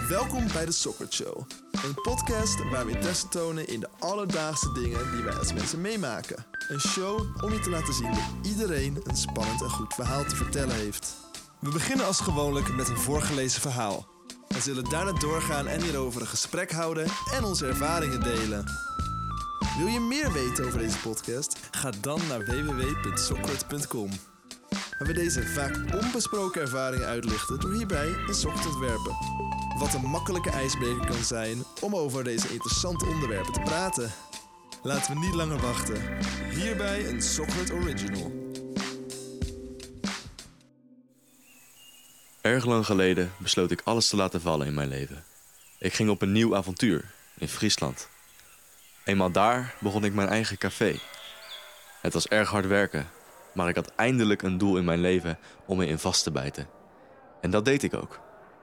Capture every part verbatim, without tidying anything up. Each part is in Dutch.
Welkom bij de Soccer Show. Een podcast waar we interesse tonen in de alledaagse dingen die wij als mensen meemaken. Een show om je te laten zien dat iedereen een spannend en goed verhaal te vertellen heeft. We beginnen als gewoonlijk met een voorgelezen verhaal. We zullen daarna doorgaan en hierover een gesprek houden en onze ervaringen delen. Wil je meer weten over deze podcast? Ga dan naar w w w punt soccer punt com. Waar we deze vaak onbesproken ervaringen uitlichten door hierbij een sok te ontwerpen. Wat een makkelijke ijsbreker kan zijn om over deze interessante onderwerpen te praten. Laten we niet langer wachten. Hierbij een Soccer Original. Erg lang geleden besloot ik alles te laten vallen in mijn leven. Ik ging op een nieuw avontuur in Friesland. Eenmaal daar begon ik mijn eigen café. Het was erg hard werken, maar ik had eindelijk een doel in mijn leven om me in vast te bijten. En dat deed ik ook.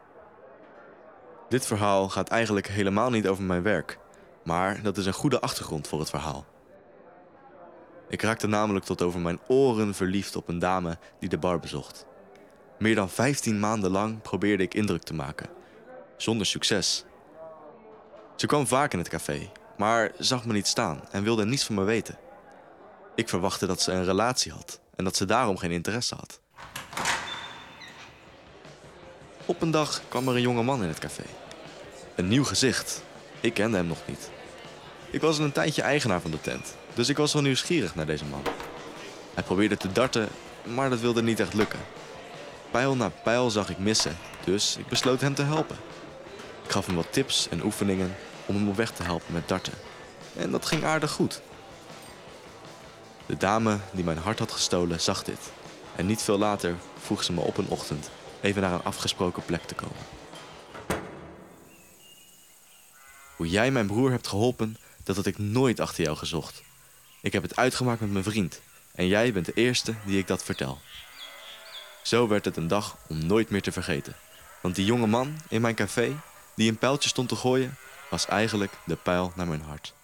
Dit verhaal gaat eigenlijk helemaal niet over mijn werk, maar dat is een goede achtergrond voor het verhaal. Ik raakte namelijk tot over mijn oren verliefd op een dame die de bar bezocht. Meer dan vijftien maanden lang probeerde ik indruk te maken, zonder succes. Ze kwam vaak in het café, maar zag me niet staan en wilde niets van me weten. Ik verwachtte dat ze een relatie had en dat ze daarom geen interesse had. Op een dag kwam er een jonge man in het café. Een nieuw gezicht. Ik kende hem nog niet. Ik was al een tijdje eigenaar van de tent, dus ik was wel nieuwsgierig naar deze man. Hij probeerde te darten, maar dat wilde niet echt lukken. Pijl na pijl zag ik missen, dus ik besloot hem te helpen. Ik gaf hem wat tips en oefeningen om hem op weg te helpen met darten. En dat ging aardig goed. De dame die mijn hart had gestolen zag dit. En niet veel later vroeg ze me op een ochtend even naar een afgesproken plek te komen. Hoe jij mijn broer hebt geholpen, dat had ik nooit achter jou gezocht. Ik heb het uitgemaakt met mijn vriend. En jij bent de eerste die ik dat vertel. Zo werd het een dag om nooit meer te vergeten. Want die jonge man in mijn café, die een pijltje stond te gooien, was eigenlijk de pijl naar mijn hart.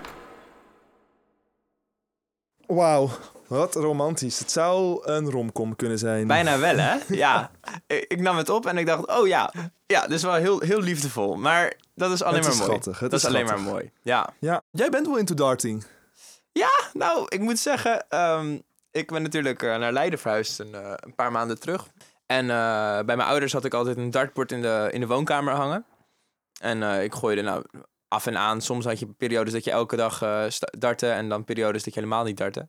Wauw, wat romantisch. Het zou een romcom kunnen zijn. Bijna wel, hè? Ja. ik, ik nam het op en ik dacht, oh ja. Ja, dit is wel heel, heel liefdevol. Maar dat is alleen Het maar is mooi. schattig, het dat is is alleen schattig. maar mooi. Ja. Ja, jij bent wel into darting. Ja, nou, ik moet zeggen... Um, ik ben natuurlijk uh, naar Leiden verhuisd een, uh, een paar maanden terug. En uh, bij mijn ouders had ik altijd een dartbord in de, in de woonkamer hangen. En uh, ik gooide nou af en aan. Soms had je periodes dat je elke dag uh, sta- dartte. En dan periodes dat je helemaal niet dartte.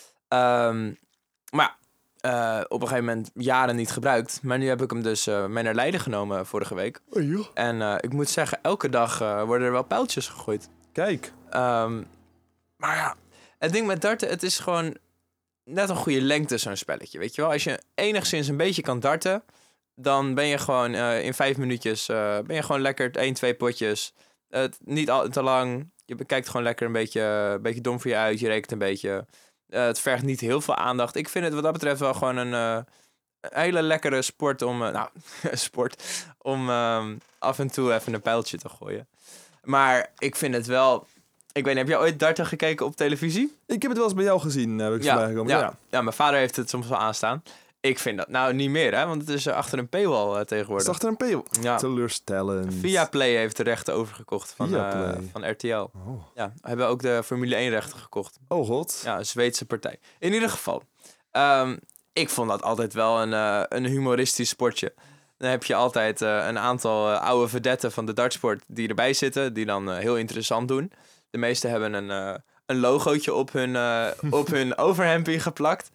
Um, maar ja, uh, op een gegeven moment jaren niet gebruikt. Maar nu heb ik hem dus uh, mee naar Leiden genomen vorige week. Oh joh. En uh, ik moet zeggen, elke dag uh, worden er wel pijltjes gegooid. Kijk. Um, maar ja, het ding met darten, het is gewoon net een goede lengte, zo'n spelletje. Weet je wel, als je enigszins een beetje kan darten, dan ben je gewoon uh, in vijf minuutjes, uh, ben je gewoon lekker één, twee potjes. Uh, niet al te lang. Je bekijkt gewoon lekker een beetje, een beetje dom voor je uit. Je rekent een beetje. Uh, het vergt niet heel veel aandacht. Ik vind het wat dat betreft wel gewoon een, uh, een hele lekkere sport om, uh, nou, sport, om um, af en toe even een pijltje te gooien. Maar ik vind het wel... Ik weet niet, heb jij ooit darten gekeken op televisie? Ik heb het wel eens bij jou gezien, heb ik Ja, voorbij gekomen. ja. Ja. ja, mijn vader heeft het soms wel aanstaan. Ik vind dat nou niet meer, hè, want het is uh, achter een paywall uh, Het tegenwoordig. is achter een paywall. Ja. Teleurstellend. Viaplay heeft de rechten overgekocht van, uh, Viaplay. van R T L. Oh. Ja, hebben ook de Formule één rechten gekocht. Oh god. Ja, een Zweedse partij. In ieder geval, um, ik vond dat altijd wel een, uh, een humoristisch sportje. Dan heb je altijd uh, een aantal uh, oude vedetten van de dartsport die erbij zitten, die dan uh, heel interessant doen. De meesten hebben een, uh, een logootje op hun, uh, op hun overhemdje geplakt.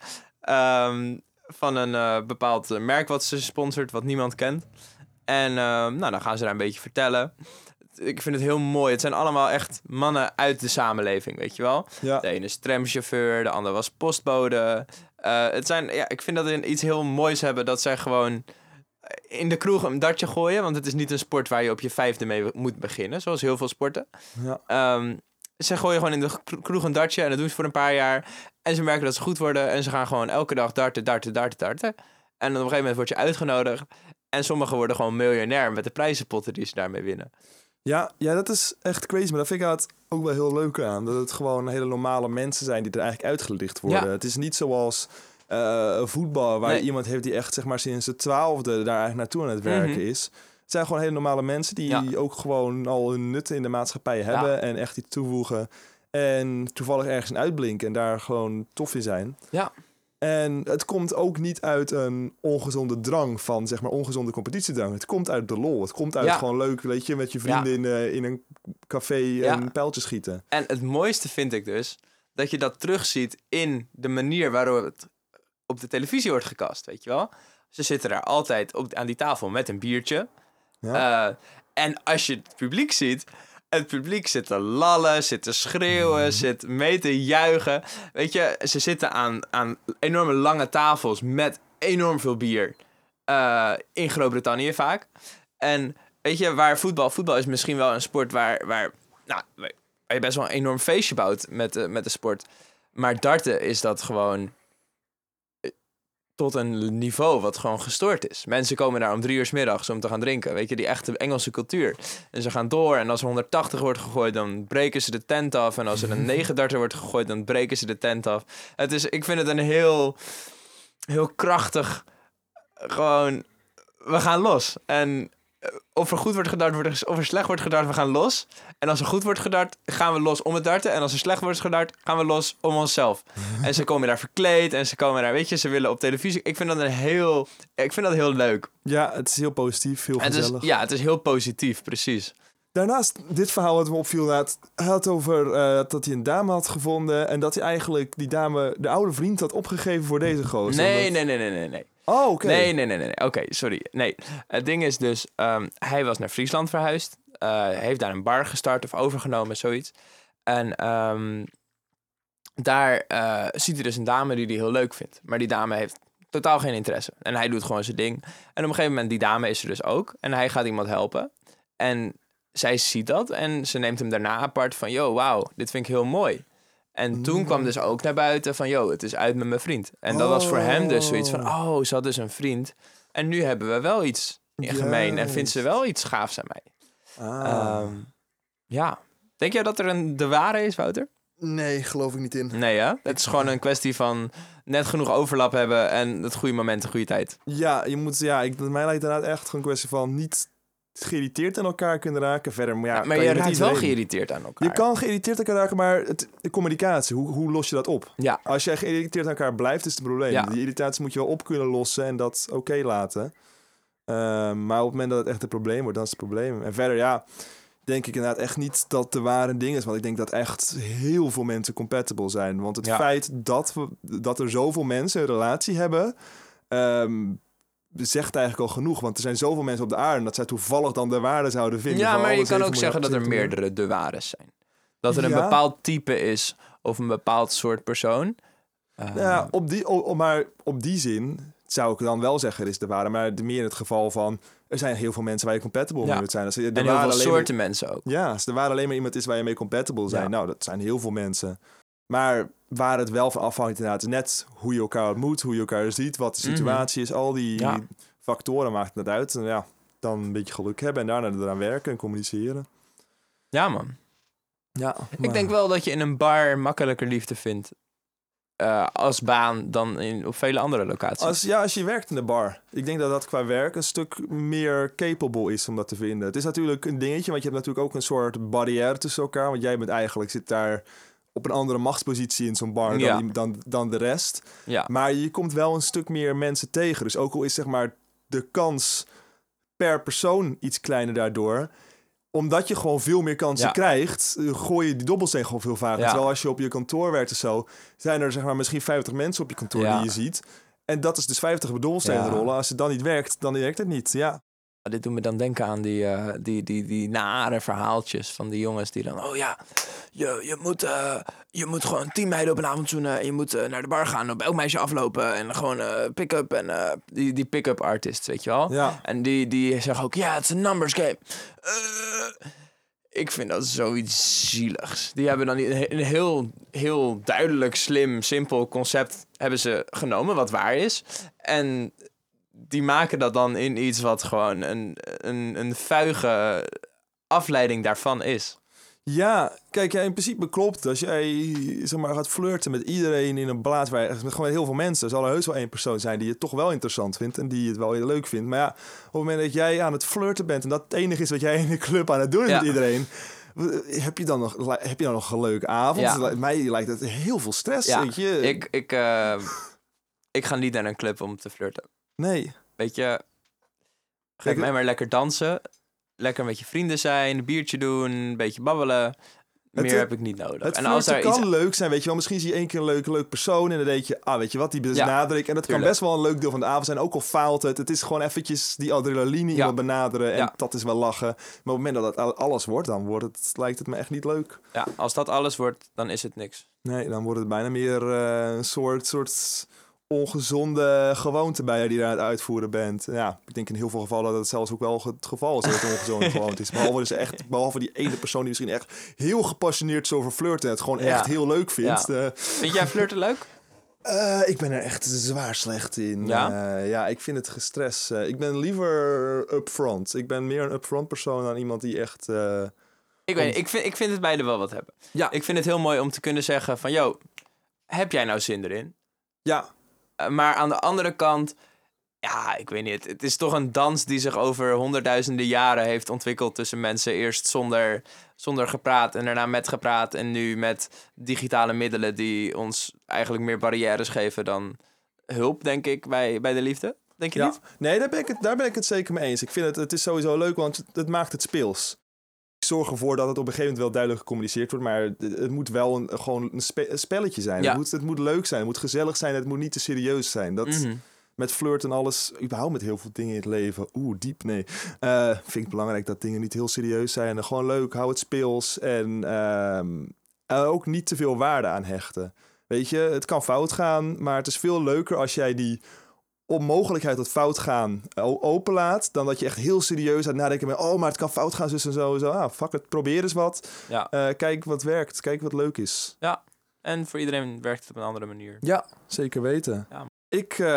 Um, van een uh, bepaald uh, merk wat ze sponsort, wat niemand kent. En uh, nou, dan gaan ze daar een beetje vertellen. Ik vind het heel mooi. Het zijn allemaal echt mannen uit de samenleving, weet je wel. Ja. De ene is tramchauffeur, de ander was postbode. Uh, het zijn, ja, ik vind dat ze iets heel moois hebben, dat zij gewoon in de kroeg een dartje gooien. Want het is niet een sport waar je op je vijfde mee moet beginnen, zoals heel veel sporten. Ja. Um, ze gooien gewoon in de kroeg een dartje en dat doen ze voor een paar jaar. En ze merken dat ze goed worden en ze gaan gewoon elke dag darten, darten, darten, darten. En op een gegeven moment word je uitgenodigd. En sommigen worden gewoon miljonair met de prijzenpotten die ze daarmee winnen. Ja, ja, dat is echt crazy. Maar dat vind ik het ook wel heel leuk aan. Dat het gewoon hele normale mensen zijn die er eigenlijk uitgelicht worden. Ja. Het is niet zoals uh, voetbal, waar Nee. je iemand heeft die echt zeg maar sinds de twaalfde daar eigenlijk naartoe aan het werken Mm-hmm. is. Het zijn gewoon hele normale mensen die Ja. ook gewoon al hun nut in de maatschappij hebben Ja. en echt iets toevoegen. En toevallig ergens in uitblinken en daar gewoon tof in zijn. Ja. En het komt ook niet uit een ongezonde drang van, zeg maar, ongezonde competitiedrang. Het komt uit de lol. Het komt uit Ja. gewoon leuk, weet je, met je vrienden Ja. in, uh, in een café Ja. een pijltje schieten. En het mooiste vind ik dus dat je dat terugziet in de manier waarop het op de televisie wordt gecast, weet je wel? Ze zitten daar altijd op, aan die tafel met een biertje. Ja. Uh, en als je het publiek ziet, het publiek zit te lallen, zit te schreeuwen, zit mee te juichen. Weet je, ze zitten aan, aan enorme lange tafels met enorm veel bier. Uh, in Groot-Brittannië vaak. En weet je, waar voetbal... Voetbal is misschien wel een sport waar... waar nou, waar je best wel een enorm feestje bouwt met de, met de sport. Maar darten is dat gewoon tot een niveau wat gewoon gestoord is. Mensen komen daar om drie uur 's middags om te gaan drinken. Weet je, die echte Engelse cultuur. En ze gaan door en als er honderdtachtig wordt gegooid, dan breken ze de tent af. En als er een negen darter wordt gegooid, dan breken ze de tent af. Het is, ik vind het een heel, heel krachtig, gewoon, we gaan los. En of er goed wordt gedart, wordt er, of er slecht wordt gedart, we gaan los. En als er goed wordt gedart, gaan we los om het darten. En als er slecht wordt gedart, gaan we los om onszelf. En ze komen daar verkleed en ze komen daar, weet je, ze willen op televisie. Ik vind dat een heel, ik vind dat heel leuk. Ja, het is heel positief, heel En het is, gezellig. ja, het is heel positief, precies. Daarnaast, dit verhaal wat me opviel, dat hij had over uh, dat hij een dame had gevonden en dat hij eigenlijk die dame, de oude vriend, had opgegeven voor deze gozer. Nee, omdat... nee, nee, nee, nee, nee. Oh, oké. Okay. Nee, nee, nee, nee. Oké, okay, sorry. Nee, het ding is dus, um, hij was naar Friesland verhuisd. Uh, heeft daar een bar gestart of overgenomen, zoiets. En um, daar uh, ziet hij dus een dame die hij heel leuk vindt. Maar die dame heeft totaal geen interesse. En hij doet gewoon zijn ding. En op een gegeven moment, die dame is er dus ook. En hij gaat iemand helpen. En zij ziet dat en ze neemt hem daarna apart van... yo, wauw, dit vind ik heel mooi. En toen mm. kwam dus ook naar buiten van... yo, het is uit met mijn vriend. En dat oh. was voor hem dus zoiets van... oh, ze had dus een vriend. En nu hebben we wel iets in yes. gemeen. En vindt ze wel iets gaafs aan mij. Ah. Um, ja. Denk jij dat er een de ware is, Wouter? Nee, geloof ik niet in. Nee, hè? Het is gewoon een kwestie van net genoeg overlap hebben... en het goede moment, de goede tijd. Ja, je moet... Ja, ik, mij lijkt inderdaad echt gewoon een kwestie van... niet geïrriteerd aan elkaar kunnen raken. Verder, maar ja, ja, maar je, je raakt wel geïrriteerd aan elkaar. Je kan geïrriteerd aan elkaar raken, maar het, de communicatie, hoe, hoe los je dat op? Ja. Als jij geïrriteerd aan elkaar blijft, is het een probleem. Ja. Die irritatie moet je wel op kunnen lossen en dat oké okay laten. Uh, maar op het moment dat het echt een probleem wordt, dan is het een probleem. En verder, ja, denk ik inderdaad echt niet dat de ware ding is. Want ik denk dat echt heel veel mensen compatible zijn. Want het ja. feit dat, we, dat er zoveel mensen een relatie hebben... Um, zegt eigenlijk al genoeg, want er zijn zoveel mensen op de aarde... dat zij toevallig dan de waarde zouden vinden. Ja, maar je kan ook zeggen dat er meerdere de wares zijn. Dat er een ja. bepaald type is of een bepaald soort persoon. Uh, ja, op die, op, maar op die zin zou ik dan wel zeggen, er is de ware. Maar meer in het geval van... er zijn heel veel mensen waar je compatible ja. mee moet zijn. Als de en heel veel soorten maar, mensen ook. Ja, als de ware alleen maar iemand is waar je mee compatible zijn... Ja. nou, dat zijn heel veel mensen... Maar waar het wel van afhangt inderdaad is net hoe je elkaar ontmoet, hoe je elkaar ziet, wat de situatie mm-hmm. is. Al die ja. factoren maakt het uit. En ja, dan een beetje geluk hebben en daarna eraan werken en communiceren. Ja, man. Ja, maar... Ik denk wel dat je in een bar makkelijker liefde vindt uh, als baan dan in, op vele andere locaties. Als, ja, als je werkt in de bar. Ik denk dat dat qua werk een stuk meer capable is om dat te vinden. Het is natuurlijk een dingetje, want je hebt natuurlijk ook een soort barrière tussen elkaar. Want jij bent eigenlijk, zit daar... op een andere machtspositie in zo'n bar dan, ja. die, dan, dan de rest. Ja. Maar je komt wel een stuk meer mensen tegen. Dus ook al is zeg maar de kans per persoon iets kleiner daardoor... omdat je gewoon veel meer kansen ja. krijgt... gooi je die dobbelsteen gewoon veel vaker. Ja. Terwijl als je op je kantoor werkt of zo... zijn er zeg maar misschien vijftig mensen op je kantoor ja. die je ziet. En dat is dus vijftig dobbelstenen ja. rollen. Als het dan niet werkt, dan werkt het niet. Ja. Dit doet me dan denken aan die, uh, die, die, die nare verhaaltjes van die jongens die dan... oh ja, je, je, moet, uh, je moet gewoon tien meiden op een avond zoenen... en je moet uh, naar de bar gaan, op elk meisje aflopen... en gewoon uh, pick-up en uh, die, die pick-up artists, weet je wel? Ja. En die, die zeggen ook, ja, yeah, het is een numbers game. Uh, ik vind dat zoiets zieligs. Die hebben dan een heel, heel duidelijk, slim, simpel concept... hebben ze genomen, wat waar is. En... die maken dat dan in iets wat gewoon een, een, een vuige afleiding daarvan is. Ja, kijk, ja, in principe klopt. Als jij zeg maar, gaat flirten met iedereen in een plaats waar je, met gewoon heel veel mensen, zal er heus wel één persoon zijn die het toch wel interessant vindt en die het wel heel leuk vindt. Maar ja, op het moment dat jij aan het flirten bent en dat het enige is wat jij in de club aan het doen is Ja. met iedereen, heb je dan nog, heb je dan nog een leuke avond? Ja. Dus, mij lijkt het heel veel stress. Ja, Weet je? ik, ik, eh, ik ga niet naar een club om te flirten. Nee. Weet je, geef Kijk, mij maar lekker dansen. Lekker met je vrienden zijn, een biertje doen, een beetje babbelen. Meer Het, heb ik niet nodig. Het en als flirten er kan iets... leuk zijn, weet je wel. Misschien zie je één keer een leuk, leuk persoon en dan denk je, ah, weet je wat, die benaderen ik. En dat tuurlijk. kan best wel een leuk deel van de avond zijn, ook al faalt het. Het is gewoon eventjes die adrenaline Ja. iemand benaderen en Ja. dat is wel lachen. Maar op het moment dat het al- alles wordt, dan wordt het, lijkt het me echt niet leuk. Ja, als dat alles wordt, dan is het niks. Nee, dan wordt het bijna meer eh, een soort, soort ongezonde gewoonte bij je die je aan het uitvoeren bent. Ja, ik denk in heel veel gevallen dat het zelfs ook wel het geval is dat het een ongezonde gewoonte is. Behalve, dus echt, behalve die ene persoon die misschien echt heel gepassioneerd is over flirten en het gewoon Ja. echt heel leuk vindt. Ja. Eh, Vind jij flirten leuk? Uh, ik ben er echt zwaar slecht in. Ja? Uh, ja, ik vind het gestres. Uh, ik ben liever upfront. Ik ben meer een upfront persoon dan iemand die echt... Uh, Ik weet niet, ik vind, ik vind het beide wel wat hebben. Ja. Ik vind het heel mooi om te kunnen zeggen van... Yo, heb jij nou zin erin? Ja. Uh, maar aan de andere kant... Ja, ik weet niet. Het is toch een dans die zich over honderdduizenden jaren heeft ontwikkeld tussen mensen. Eerst zonder, zonder gepraat en daarna met gepraat. En nu met digitale middelen die ons eigenlijk meer barrières geven dan hulp, denk ik, bij, bij de liefde. Denk je ja. niet? Nee, daar ben, ik het, daar ben ik het zeker mee eens. Ik vind het, het is sowieso leuk, want het, het maakt het speels. Ik zorg ervoor dat het op een gegeven moment wel duidelijk gecommuniceerd wordt. Maar het, het moet wel een, gewoon een, spe, een spelletje zijn. Ja. Het, moet, het moet leuk zijn, het moet gezellig zijn. Het moet niet te serieus zijn. Dat... Mm-hmm. Met flirt en alles, überhaupt met heel veel dingen in het leven. Oeh, diep, nee. Uh, vind ik belangrijk dat dingen niet heel serieus zijn. En gewoon leuk, hou het speels. En uh, ook niet te veel waarde aan hechten. Weet je, het kan fout gaan, maar het is veel leuker als jij die onmogelijkheid tot fout gaan openlaat, dan dat je echt heel serieus aan het nadenken bent. Oh, maar het kan fout gaan, zus en zo. zo. Ah, fuck het, probeer eens wat. Ja. Uh, kijk wat werkt, kijk wat leuk is. Ja, en voor iedereen werkt het op een andere manier. Ja, zeker weten. Ja. Ik, uh,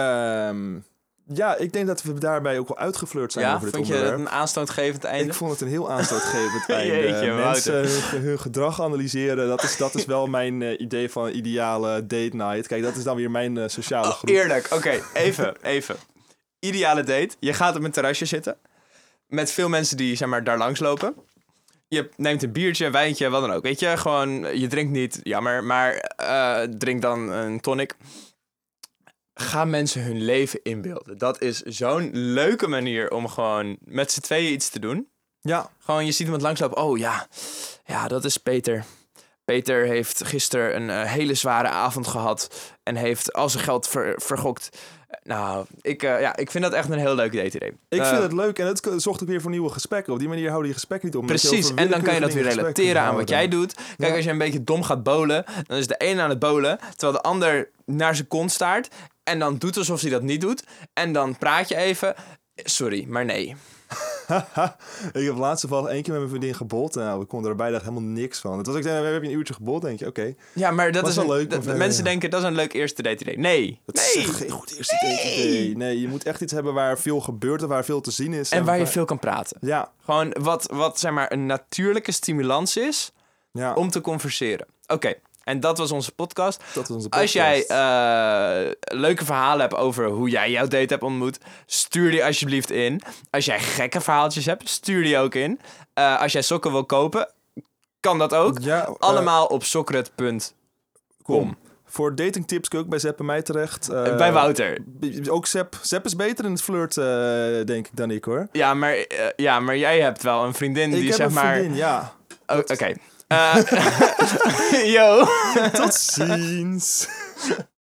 ja, ik denk dat we daarbij ook wel uitgeflirt zijn ja, over dit vond onderwerp. je het een aanstootgevend einde? Ik vond het een heel aanstootgevend einde. Jeetje, Mensen hun, hun gedrag analyseren, dat is, dat is wel mijn uh, idee van een ideale date night. Kijk, dat is dan weer mijn uh, sociale groep. Oh, eerlijk, oké, okay, even, even. Ideale date, je gaat op een terrasje zitten met veel mensen die, zeg maar, daar langs lopen. Je neemt een biertje, een wijntje, wat dan ook. Weet je, gewoon, je drinkt niet, jammer, maar uh, drink dan een tonic. Ga mensen hun leven inbeelden. Dat is zo'n leuke manier om gewoon met z'n tweeën iets te doen. Ja. Gewoon, je ziet iemand langslopen. Oh ja, ja, dat is Peter. Peter heeft gisteren een uh, hele zware avond gehad en heeft al zijn geld ver, vergokt. Nou, ik, uh, ja, ik vind dat echt een heel leuk date-idee. Ik uh, vind het leuk en het zorgt ook weer voor nieuwe gesprekken. Op die manier houden die gesprekken niet op. Precies, en dan kan je dat weer relateren aan wat jij doet. Kijk, ja. Als je een beetje dom gaat bowlen, dan is de een aan het bowlen, terwijl de ander naar zijn kont staart en dan doet alsof hij dat niet doet. En dan praat je even. Sorry, maar nee. Ik heb laatst toevallig één keer met mijn vriendin gebold. En nou, we konden erbij dacht helemaal niks van. Het was ook, we hebben een uurtje gebold, denk je, oké. Okay. Ja, maar dat was is wel een, leuk. Dat, of, mensen ja. denken, dat is een leuk eerste date idee. Nee, dat nee. is geen goed eerste date idee. Nee, je moet echt iets hebben waar veel gebeurt en waar veel te zien is. En, en waar je waar... veel kan praten. Ja. Gewoon wat, wat zeg maar, een natuurlijke stimulans is ja. om te converseren. Oké. Okay. En dat was onze podcast. Dat was onze podcast. Als jij uh, leuke verhalen hebt over hoe jij jouw date hebt ontmoet, stuur die alsjeblieft in. Als jij gekke verhaaltjes hebt, stuur die ook in. Uh, als jij sokken wil kopen, kan dat ook. Ja, uh, allemaal op sokret punt com. Voor datingtips kun je ook bij Sepp en mij terecht. Uh, bij Wouter. Ook Sepp. Sepp is beter in het flirt, uh, denk ik, dan ik, hoor. Ja, maar, uh, ja, maar jij hebt wel een vriendin ik die, heb zeg een maar... vriendin, ja. Oh, Oké. Okay. Uh, yo. Tot ziens.